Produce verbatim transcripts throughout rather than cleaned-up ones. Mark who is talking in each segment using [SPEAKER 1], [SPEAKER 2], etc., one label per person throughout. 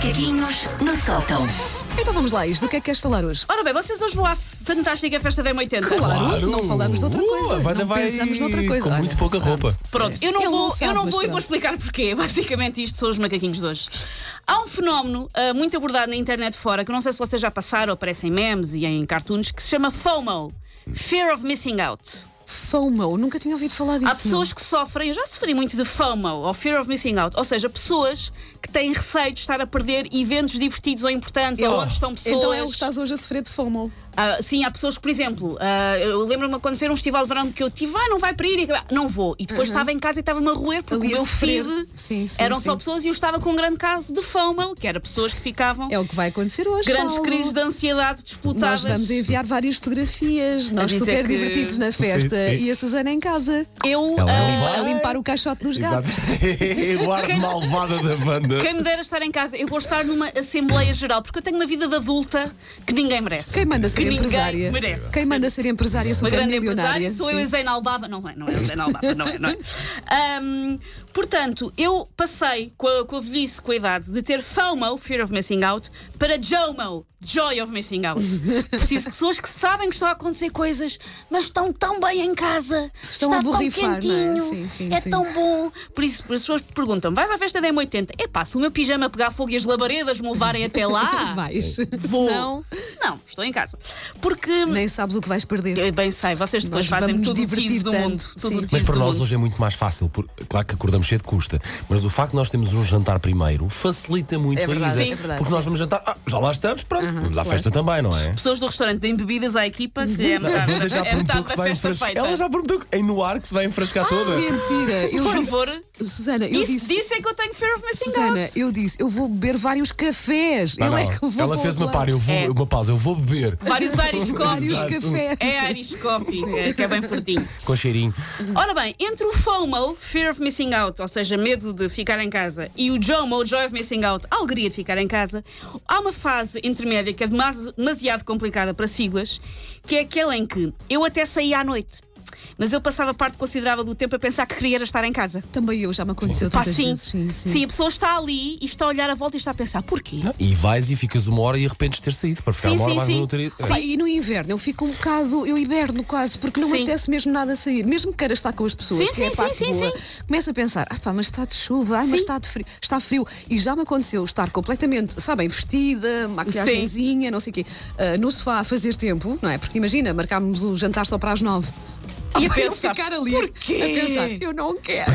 [SPEAKER 1] Macaquinhos no sótão.
[SPEAKER 2] Então vamos lá, Is, do que é que queres falar hoje?
[SPEAKER 3] Ora bem, vocês hoje vão à fantástica festa da M oitenta?
[SPEAKER 2] Claro,
[SPEAKER 4] Claro.
[SPEAKER 2] não falamos de outra coisa.
[SPEAKER 4] Uh, a Wanda
[SPEAKER 2] não
[SPEAKER 4] vai
[SPEAKER 2] pensamos noutra coisa.
[SPEAKER 4] com
[SPEAKER 2] Olha,
[SPEAKER 4] muito pouca roupa.
[SPEAKER 3] Pronto, eu não
[SPEAKER 2] Ele
[SPEAKER 3] vou,
[SPEAKER 2] não sabe,
[SPEAKER 3] eu não
[SPEAKER 2] mas
[SPEAKER 3] vou e vou
[SPEAKER 2] pronto.
[SPEAKER 3] explicar porquê. Basicamente isto são os macaquinhos de hoje. Há um fenómeno uh, muito abordado na internet fora, que eu não sei se vocês já passaram, aparece em memes e em cartoons, que se chama FOMO, Fear of Missing Out.
[SPEAKER 2] FOMO, nunca tinha ouvido falar disso.
[SPEAKER 3] Há pessoas que sofrem, eu já sofri muito de FOMO, ou Fear of Missing Out, ou seja, pessoas que têm receio de estar a perder eventos divertidos ou importantes,
[SPEAKER 2] Eu-
[SPEAKER 3] ou onde estão pessoas.
[SPEAKER 2] Então é o que estás hoje a sofrer de FOMO.
[SPEAKER 3] Ah, sim, há pessoas que, por exemplo, ah, eu lembro-me de acontecer um festival de verão que eu tive, ah, não vai para ir, e acabei, não vou. E depois estava em casa e estava-me a roer porque
[SPEAKER 2] Ali
[SPEAKER 3] o
[SPEAKER 2] a
[SPEAKER 3] meu
[SPEAKER 2] sofrer.
[SPEAKER 3] feed
[SPEAKER 2] Sim, sim,
[SPEAKER 3] eram
[SPEAKER 2] sim.
[SPEAKER 3] só pessoas e eu estava com um grande caso de FOMO, que era pessoas que ficavam
[SPEAKER 2] É o que vai acontecer hoje.
[SPEAKER 3] grandes
[SPEAKER 2] Paulo.
[SPEAKER 3] crises de ansiedade disputadas.
[SPEAKER 2] Nós vamos enviar várias fotografias, nós
[SPEAKER 3] dizer
[SPEAKER 2] super
[SPEAKER 3] que-
[SPEAKER 2] divertidos na festa
[SPEAKER 4] Sim, sim.
[SPEAKER 2] e a Susana em casa
[SPEAKER 3] Eu,
[SPEAKER 4] Ela
[SPEAKER 3] ah,
[SPEAKER 4] não vai.
[SPEAKER 2] a limpar o caixote dos gatos.
[SPEAKER 4] Exato. O ar de malvada da Wanda.
[SPEAKER 3] quem me dera estar em casa, eu vou estar numa Assembleia Geral, porque eu tenho uma vida de adulta que ninguém merece.
[SPEAKER 2] Quem manda ser
[SPEAKER 3] que
[SPEAKER 2] empresária?
[SPEAKER 3] Ninguém merece.
[SPEAKER 2] Quem manda ser empresária
[SPEAKER 3] Uma
[SPEAKER 2] super
[SPEAKER 3] grande
[SPEAKER 2] milionária?
[SPEAKER 3] empresária, sou eu e
[SPEAKER 2] Sim.
[SPEAKER 3] Zayn Albaba. Não é, não é o Zayn Albaba, não é, não é. Ahm, portanto, eu passei com a, com a velhice, com a idade, de ter FOMO, Fear of Missing Out, para JOMO, Joy of Missing Out. Preciso de pessoas que sabem que estão a acontecer coisas, mas estão tão bem em casa.
[SPEAKER 2] Estão
[SPEAKER 3] está
[SPEAKER 2] a
[SPEAKER 3] tão
[SPEAKER 2] borrifar, não é?
[SPEAKER 3] quentinho,
[SPEAKER 2] Sim, sim,
[SPEAKER 3] é
[SPEAKER 2] sim.
[SPEAKER 3] tão bom. Por isso, as pessoas te perguntam, vais à festa da M oitenta? Epá, se o meu pijama pegar fogo e as labaredas me levarem até lá,
[SPEAKER 2] Vais.
[SPEAKER 3] vou.
[SPEAKER 2] Senão,
[SPEAKER 3] Não, estou em casa. Porque...
[SPEAKER 2] nem sabes o que vais perder.
[SPEAKER 3] Eu bem sei, vocês depois
[SPEAKER 2] Nós
[SPEAKER 3] fazem
[SPEAKER 2] vamos
[SPEAKER 3] tudo o
[SPEAKER 2] divertir
[SPEAKER 3] tease do
[SPEAKER 2] tanto,
[SPEAKER 3] mundo.
[SPEAKER 2] sim.
[SPEAKER 3] Tudo o
[SPEAKER 4] Mas
[SPEAKER 3] tease
[SPEAKER 4] para
[SPEAKER 3] do
[SPEAKER 4] nós
[SPEAKER 3] mundo.
[SPEAKER 4] hoje é muito mais fácil, porque, claro que acordamos cedo custa, mas o facto de nós termos um jantar primeiro facilita muito
[SPEAKER 2] É
[SPEAKER 4] a
[SPEAKER 2] verdade,
[SPEAKER 4] ida.
[SPEAKER 2] é verdade,
[SPEAKER 4] porque
[SPEAKER 2] sim.
[SPEAKER 4] nós vamos jantar, ah, já lá estamos, pronto, vamos à festa também, não é?
[SPEAKER 3] Pessoas do restaurante deem bebidas à equipa, que é
[SPEAKER 4] A
[SPEAKER 3] metade,
[SPEAKER 4] Wanda já
[SPEAKER 3] é
[SPEAKER 4] prometeu
[SPEAKER 3] metade
[SPEAKER 4] que se
[SPEAKER 3] da
[SPEAKER 4] vai
[SPEAKER 3] festa
[SPEAKER 4] enfrascar.
[SPEAKER 3] feita.
[SPEAKER 4] Ela já prometeu que em no ar que se vai enfrascar toda.
[SPEAKER 2] Mentira, eu
[SPEAKER 3] Por
[SPEAKER 2] disse,
[SPEAKER 3] favor,
[SPEAKER 2] Susana, eu
[SPEAKER 3] isso,
[SPEAKER 2] disse,
[SPEAKER 3] disso é que eu tenho fear of missing
[SPEAKER 2] Susana,
[SPEAKER 3] out.
[SPEAKER 2] eu disse, eu vou beber vários cafés.
[SPEAKER 4] Não,
[SPEAKER 2] eu é
[SPEAKER 4] não.
[SPEAKER 2] que vou
[SPEAKER 4] Ela
[SPEAKER 2] para o
[SPEAKER 4] fez uma
[SPEAKER 2] outro
[SPEAKER 4] par, eu vou,
[SPEAKER 3] É.
[SPEAKER 4] uma pausa, eu vou beber
[SPEAKER 3] Vários Irish
[SPEAKER 2] Vários
[SPEAKER 3] Coffee.
[SPEAKER 2] cafés.
[SPEAKER 3] É Irish Coffee, é, que é bem fortinho.
[SPEAKER 4] com cheirinho.
[SPEAKER 3] Ora bem, entre o FOMO, Fear of Missing Out, ou seja, medo de ficar em casa, e o JOMO, Joy of Missing Out, a alegria de ficar em casa, há uma fase intermédia que é demasi- demasiado complicada para siglas, que é aquela em que eu até saía à noite, mas eu passava parte considerável do tempo a pensar que queria era estar em casa.
[SPEAKER 2] Também eu, já me aconteceu
[SPEAKER 3] Pá,
[SPEAKER 2] tantas
[SPEAKER 3] sim.
[SPEAKER 2] vezes. Sim, sim.
[SPEAKER 3] Sim, a pessoa está ali e está a olhar à volta e está a pensar, porquê?
[SPEAKER 4] E vais e ficas uma hora e arrependes de ter saído. Para ficar
[SPEAKER 3] Sim,
[SPEAKER 4] uma hora
[SPEAKER 3] sim,
[SPEAKER 4] vais
[SPEAKER 3] sim.
[SPEAKER 4] não ter ido.
[SPEAKER 2] Pá, e no inverno eu fico um bocado, eu hiberno quase, porque não me
[SPEAKER 3] Sim.
[SPEAKER 2] apetece mesmo nada a sair. Mesmo que queira estar com as pessoas,
[SPEAKER 3] Sim,
[SPEAKER 2] que é a
[SPEAKER 3] sim,
[SPEAKER 2] parte
[SPEAKER 3] sim, sim,
[SPEAKER 2] boa, começo a pensar, ah pá, mas está de chuva, ah, mas
[SPEAKER 3] Sim.
[SPEAKER 2] está, de frio, está frio. E já me aconteceu estar completamente, sabem, vestida, maquiagenzinha, não sei o quê, ah, no sofá a fazer tempo, não é? Porque imagina, marcámos o jantar só para as nove.
[SPEAKER 3] E a
[SPEAKER 2] Ah, pá, eu
[SPEAKER 3] pensar,
[SPEAKER 2] ficar ali
[SPEAKER 3] porquê?
[SPEAKER 2] a pensar, eu não quero,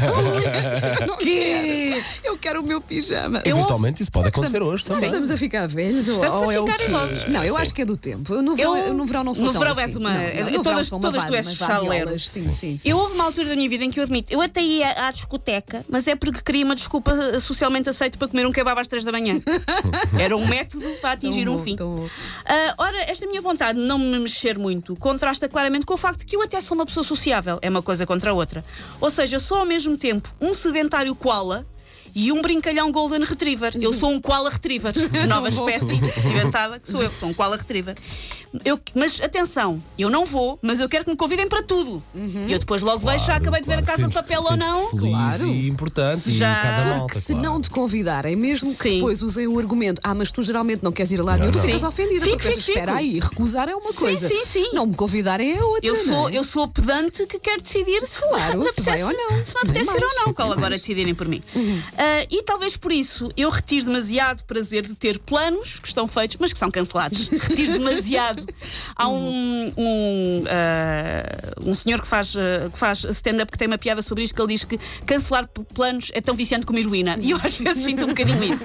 [SPEAKER 2] eu não quero, eu quero o meu pijama.
[SPEAKER 4] Eventualmente isso pode acontecer hoje
[SPEAKER 2] Será que
[SPEAKER 4] também.
[SPEAKER 2] estamos a ficar velhos ou,
[SPEAKER 3] Estamos a
[SPEAKER 2] ou é o
[SPEAKER 3] ficar
[SPEAKER 2] quê?
[SPEAKER 3] idosos.
[SPEAKER 2] Não, eu
[SPEAKER 4] Sim.
[SPEAKER 2] acho que é do tempo. Eu no verão, eu, no verão não sou
[SPEAKER 3] no
[SPEAKER 2] tão
[SPEAKER 3] verão
[SPEAKER 2] assim.
[SPEAKER 3] és uma-
[SPEAKER 2] Não, não,
[SPEAKER 3] é-
[SPEAKER 2] no verão
[SPEAKER 3] todas-
[SPEAKER 2] sou uma
[SPEAKER 3] todas tu
[SPEAKER 2] vara,
[SPEAKER 3] és
[SPEAKER 2] mas
[SPEAKER 3] chaleiro.
[SPEAKER 2] vadiolas, Sim, sim, sim.
[SPEAKER 3] Eu houve uma altura da minha vida em que eu admito, eu até ia à discoteca, mas é porque queria uma desculpa socialmente aceita para comer um kebab às três da manhã. Era um método para atingir
[SPEAKER 2] Tão
[SPEAKER 3] um
[SPEAKER 2] bom,
[SPEAKER 3] fim.
[SPEAKER 2] tão bom.
[SPEAKER 3] Ah, ora, esta minha vontade de não me mexer muito contrasta claramente com o facto de que eu até sou uma pessoa sociável. É uma coisa contra a outra. Ou seja, eu sou ao mesmo tempo um sedentário koala e um brincalhão Golden Retriever. Eu sou um koala retriever, nova espécie inventada, que sou eu, sou um koala retriever. Eu, mas atenção, eu não vou, mas eu quero que me convidem para tudo. E eu depois logo vejo se já acabei de ver a Casa de Papel ou não.
[SPEAKER 4] Feliz
[SPEAKER 2] Claro.
[SPEAKER 4] e importante
[SPEAKER 3] Já.
[SPEAKER 4] e cada
[SPEAKER 3] Porque
[SPEAKER 4] malta,
[SPEAKER 2] Se
[SPEAKER 4] claro.
[SPEAKER 2] não te convidarem, mesmo que
[SPEAKER 3] Sim.
[SPEAKER 2] depois usem o argumento, ah, mas tu geralmente não queres ir a lado nenhum, tu
[SPEAKER 4] não.
[SPEAKER 2] ficas
[SPEAKER 3] Sim.
[SPEAKER 2] ofendida,
[SPEAKER 3] Fico,
[SPEAKER 2] porque pensas,
[SPEAKER 3] fico,
[SPEAKER 2] espera
[SPEAKER 3] fico.
[SPEAKER 2] aí, recusar é uma
[SPEAKER 3] Sim,
[SPEAKER 2] coisa.
[SPEAKER 3] sim, sim.
[SPEAKER 2] Não me convidarem é outra.
[SPEAKER 3] Eu sou,
[SPEAKER 2] não é?
[SPEAKER 3] eu sou pedante que quer decidir se,
[SPEAKER 2] Claro,
[SPEAKER 3] me
[SPEAKER 2] se vai
[SPEAKER 3] apetece-
[SPEAKER 2] ou não.
[SPEAKER 3] se me apetece
[SPEAKER 2] Nem
[SPEAKER 3] ir ou
[SPEAKER 2] mais.
[SPEAKER 3] não. Qual agora decidirem por mim. Ah, e talvez por isso eu retiro demasiado prazer de ter planos que estão feitos, mas que são cancelados. Retiro demasiado. Há um, um, ah, um senhor que faz, ah, que faz stand-up que tem uma piada sobre isto, que ele diz que cancelar p- planos é tão viciante como heroína. E eu às vezes sinto um bocadinho isso.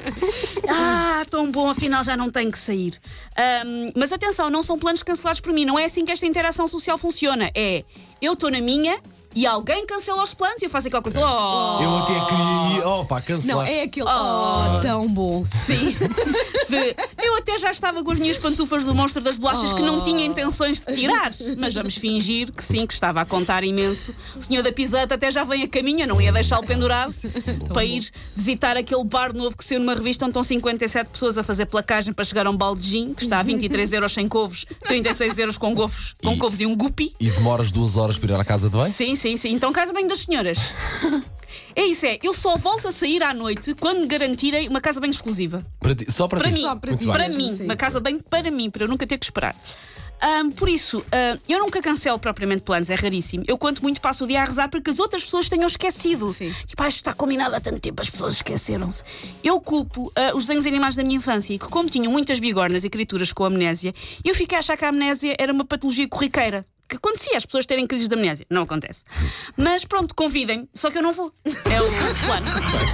[SPEAKER 3] Ah, tão bom, afinal já não tenho que sair. Ahm, mas atenção, não são planos cancelados por mim. Não é assim que esta interação social funciona. É, eu estou na minha e alguém cancela os planos e eu faço aquela coisa. Oh,
[SPEAKER 4] Eu até queria ir. Oh, pá,
[SPEAKER 2] Não,
[SPEAKER 4] cancelaste.
[SPEAKER 2] é aquele, oh, tão bom.
[SPEAKER 3] sim. De- eu até já estava com as minhas pantufas do monstro das bolachas que não tinha intenções de tirar. Mas vamos fingir que sim, que estava a contar imenso. O senhor da pizzeta até já vem a caminho, não ia deixá-lo pendurado para ir visitar aquele bar novo que saiu numa revista onde estão cinquenta e sete pessoas a fazer placagem para chegar a um balde de gin, que está a vinte e três euros sem couves, trinta e seis euros com couves, com
[SPEAKER 4] E-
[SPEAKER 3] couves e um guppy.
[SPEAKER 4] E demoras duas horas para ir à casa de banho?
[SPEAKER 3] Sim, sim, sim. Então casa bem das senhoras. É isso, é. Eu só volto a sair à noite quando me garantirem uma casa bem exclusiva.
[SPEAKER 4] Para ti, só para,
[SPEAKER 3] Para
[SPEAKER 4] ti.
[SPEAKER 3] mim,
[SPEAKER 2] Só para
[SPEAKER 4] Muito
[SPEAKER 2] ti.
[SPEAKER 4] bem.
[SPEAKER 3] Para
[SPEAKER 2] Mesmo
[SPEAKER 3] mim,
[SPEAKER 2] assim.
[SPEAKER 3] uma casa bem para mim, para eu nunca ter que esperar. Ahm, por isso, ah, eu nunca cancelo propriamente planos, é raríssimo. Eu, quanto muito, passo o dia a rezar para que as outras pessoas tenham esquecido.
[SPEAKER 2] Sim.
[SPEAKER 3] Tipo, ah, isto está combinado há tanto tempo, as pessoas esqueceram-se. Eu culpo ah, os desenhos animados da minha infância e que, como tinham muitas bigornas e criaturas com amnésia, eu fiquei a achar que a amnésia era uma patologia corriqueira. Que acontecia as pessoas terem crises de amnésia. Não acontece. Mas pronto, convidem-me, só que eu não vou. É o plano.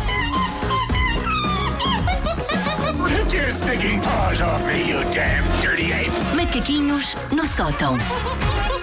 [SPEAKER 1] Take your stinking paws off me, you damn dirty ape!
[SPEAKER 5] Macaquinhos no sótão.